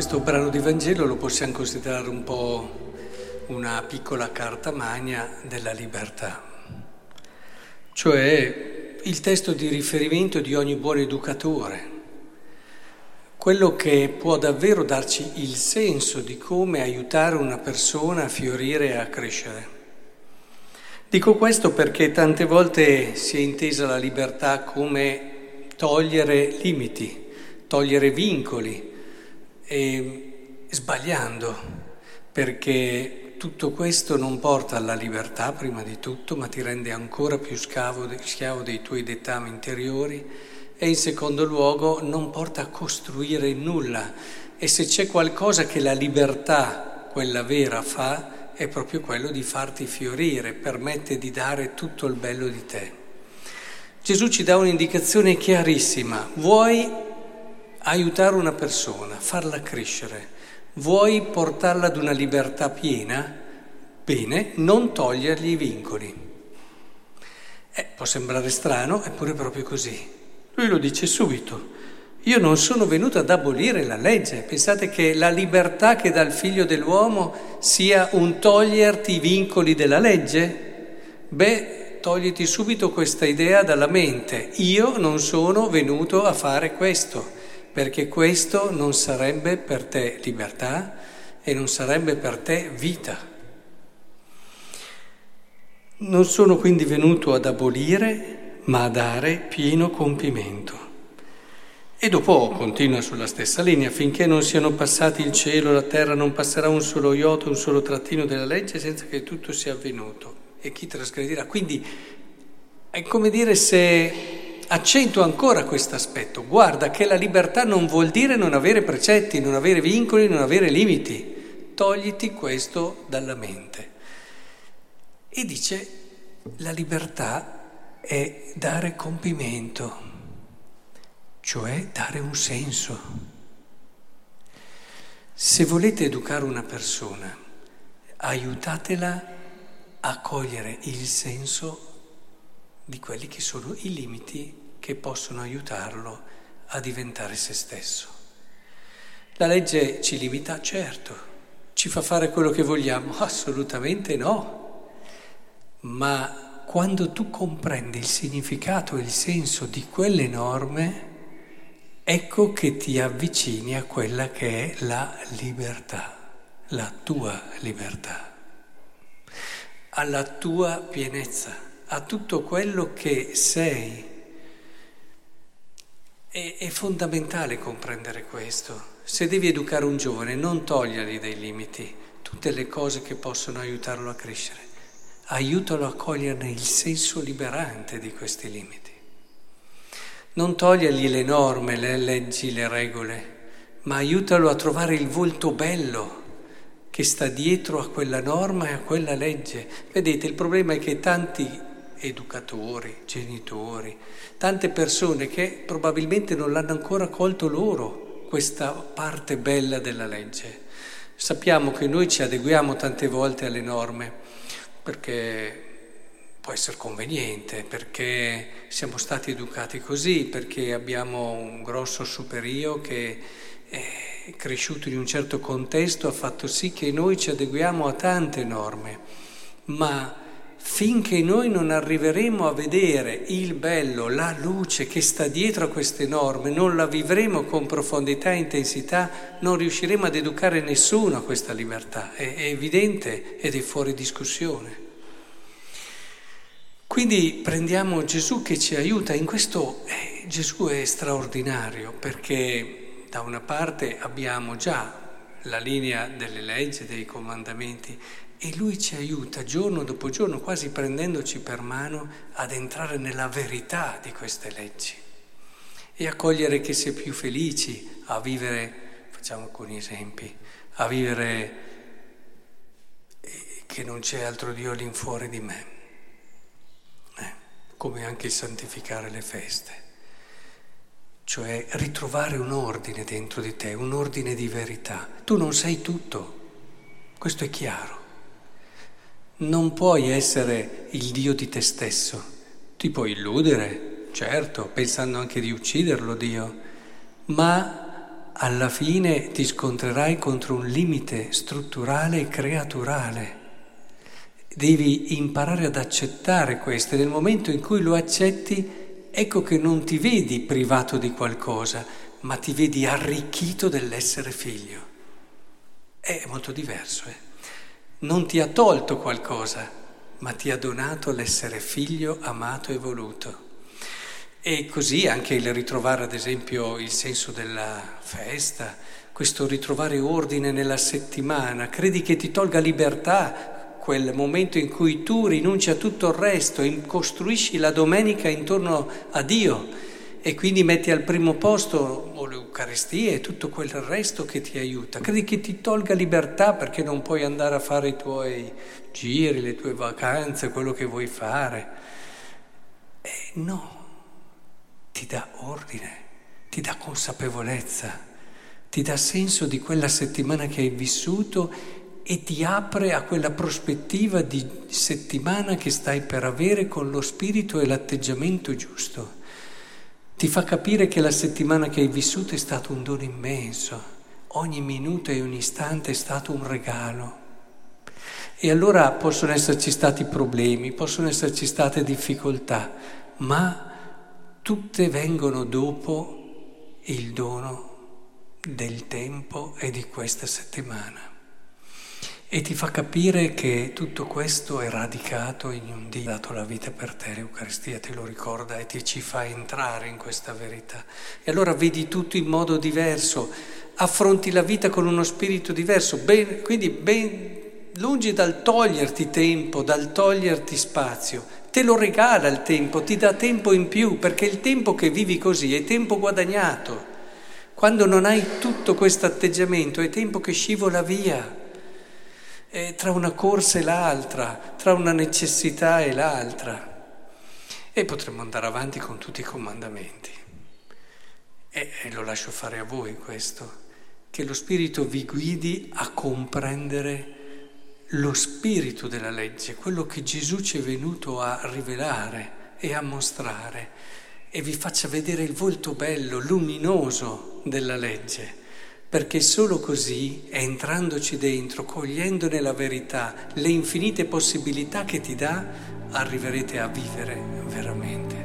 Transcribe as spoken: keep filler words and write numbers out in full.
questo brano di Vangelo lo possiamo considerare un po' una piccola carta magna della libertà, cioè il testo di riferimento di ogni buon educatore, quello che può davvero darci il senso di come aiutare una persona a fiorire e a crescere. Dico questo perché tante volte si è intesa la libertà come togliere limiti, togliere vincoli, e sbagliando, perché tutto questo non porta alla libertà prima di tutto, ma ti rende ancora più schiavo, schiavo dei tuoi dettami interiori, e in secondo luogo non porta a costruire nulla. E se c'è qualcosa che la libertà, quella vera, fa, è proprio quello di farti fiorire, permette di dare tutto il bello di te. Gesù ci dà un'indicazione chiarissima: vuoi aiutare una persona, farla crescere, vuoi portarla ad una libertà piena? Bene, non togliergli i vincoli. Eh, può sembrare strano, eppure è proprio così. Lui lo dice subito: io non sono venuto ad abolire la legge. Pensate che la libertà che dà il figlio dell'uomo sia un toglierti i vincoli della legge? Beh, togliti subito questa idea dalla mente. Io non sono venuto a fare questo, perché questo non sarebbe per te libertà e non sarebbe per te vita. Non sono quindi venuto ad abolire, ma a dare pieno compimento. E dopo continua sulla stessa linea: finché non siano passati il cielo e la terra, non passerà un solo iota, un solo trattino della legge senza che tutto sia avvenuto. E chi trasgredirà? Quindi è come dire, se accento ancora questo aspetto: guarda che la libertà non vuol dire non avere precetti, non avere vincoli, non avere limiti. Togliti questo dalla mente. E dice: la libertà è dare compimento, cioè dare un senso. Se volete educare una persona, aiutatela a cogliere il senso di quelli che sono i limiti che possono aiutarlo a diventare se stesso. La legge ci limita? Certo. Ci fa fare quello che vogliamo? Assolutamente no. Ma quando tu comprendi il significato e il senso di quelle norme, ecco che ti avvicini a quella che è la libertà, la tua libertà, alla tua pienezza, a tutto quello che sei. È, è fondamentale comprendere questo. Se devi educare un giovane, non togliergli dei limiti, tutte le cose che possono aiutarlo a crescere. Aiutalo a coglierne il senso liberante di questi limiti. Non togliergli le norme, le leggi, le regole, ma aiutalo a trovare il volto bello che sta dietro a quella norma e a quella legge. Vedete, il problema è che tanti educatori, genitori, tante persone che probabilmente non l'hanno ancora colto loro questa parte bella della legge. Sappiamo che noi ci adeguiamo tante volte alle norme perché può essere conveniente, perché siamo stati educati così, perché abbiamo un grosso superio che è cresciuto in un certo contesto, ha fatto sì che noi ci adeguiamo a tante norme, ma finché noi non arriveremo a vedere il bello, la luce che sta dietro a queste norme, non la vivremo con profondità e intensità, non riusciremo ad educare nessuno a questa libertà. È, è evidente ed è fuori discussione. Quindi prendiamo Gesù che ci aiuta. In questo eh, Gesù è straordinario, perché da una parte abbiamo già la linea delle leggi, dei comandamenti, e Lui ci aiuta giorno dopo giorno, quasi prendendoci per mano, ad entrare nella verità di queste leggi e a cogliere che si è più felici a vivere, facciamo alcuni esempi, a vivere che non c'è altro Dio all'infuori di me, eh, come anche il santificare le feste, cioè ritrovare un ordine dentro di te, un ordine di verità. Tu non sei tutto, questo è chiaro. Non puoi essere il Dio di te stesso. Ti puoi illudere, certo, pensando anche di ucciderlo Dio, ma alla fine ti scontrerai contro un limite strutturale e creaturale. Devi imparare ad accettare questo e nel momento in cui lo accetti, ecco che non ti vedi privato di qualcosa, ma ti vedi arricchito dell'essere figlio. È molto diverso, eh? Non ti ha tolto qualcosa, ma ti ha donato l'essere figlio amato e voluto. E così anche il ritrovare, ad esempio, il senso della festa, questo ritrovare ordine nella settimana, credi che ti tolga libertà quel momento in cui tu rinunci a tutto il resto e costruisci la domenica intorno a Dio e quindi metti al primo posto o l'Eucaristia e tutto quel resto che ti aiuta. Credi che ti tolga libertà perché non puoi andare a fare i tuoi giri, le tue vacanze, quello che vuoi fare? Eh, no. Ti dà ordine, ti dà consapevolezza, ti dà senso di quella settimana che hai vissuto e ti apre a quella prospettiva di settimana che stai per avere con lo spirito e l'atteggiamento giusto. Ti fa capire che la settimana che hai vissuto è stato un dono immenso, ogni minuto e ogni istante è stato un regalo. E allora possono esserci stati problemi, possono esserci state difficoltà, ma tutte vengono dopo il dono del tempo e di questa settimana. E ti fa capire che tutto questo è radicato in un Dio che ha dato la vita per te, l'Eucaristia te lo ricorda e ti ci fa entrare in questa verità. E allora vedi tutto in modo diverso, affronti la vita con uno spirito diverso, ben, quindi ben lungi dal toglierti tempo, dal toglierti spazio. Te lo regala il tempo, ti dà tempo in più, perché il tempo che vivi così è tempo guadagnato. Quando non hai tutto questo atteggiamento è tempo che scivola via, è tra una corsa e l'altra, tra una necessità e l'altra. E potremmo andare avanti con tutti i comandamenti. E, e lo lascio fare a voi questo, che lo Spirito vi guidi a comprendere lo spirito della legge, quello che Gesù ci è venuto a rivelare e a mostrare, e vi faccia vedere il volto bello, luminoso della legge, perché solo così, entrandoci dentro, cogliendone la verità, le infinite possibilità che ti dà, arriverete a vivere veramente.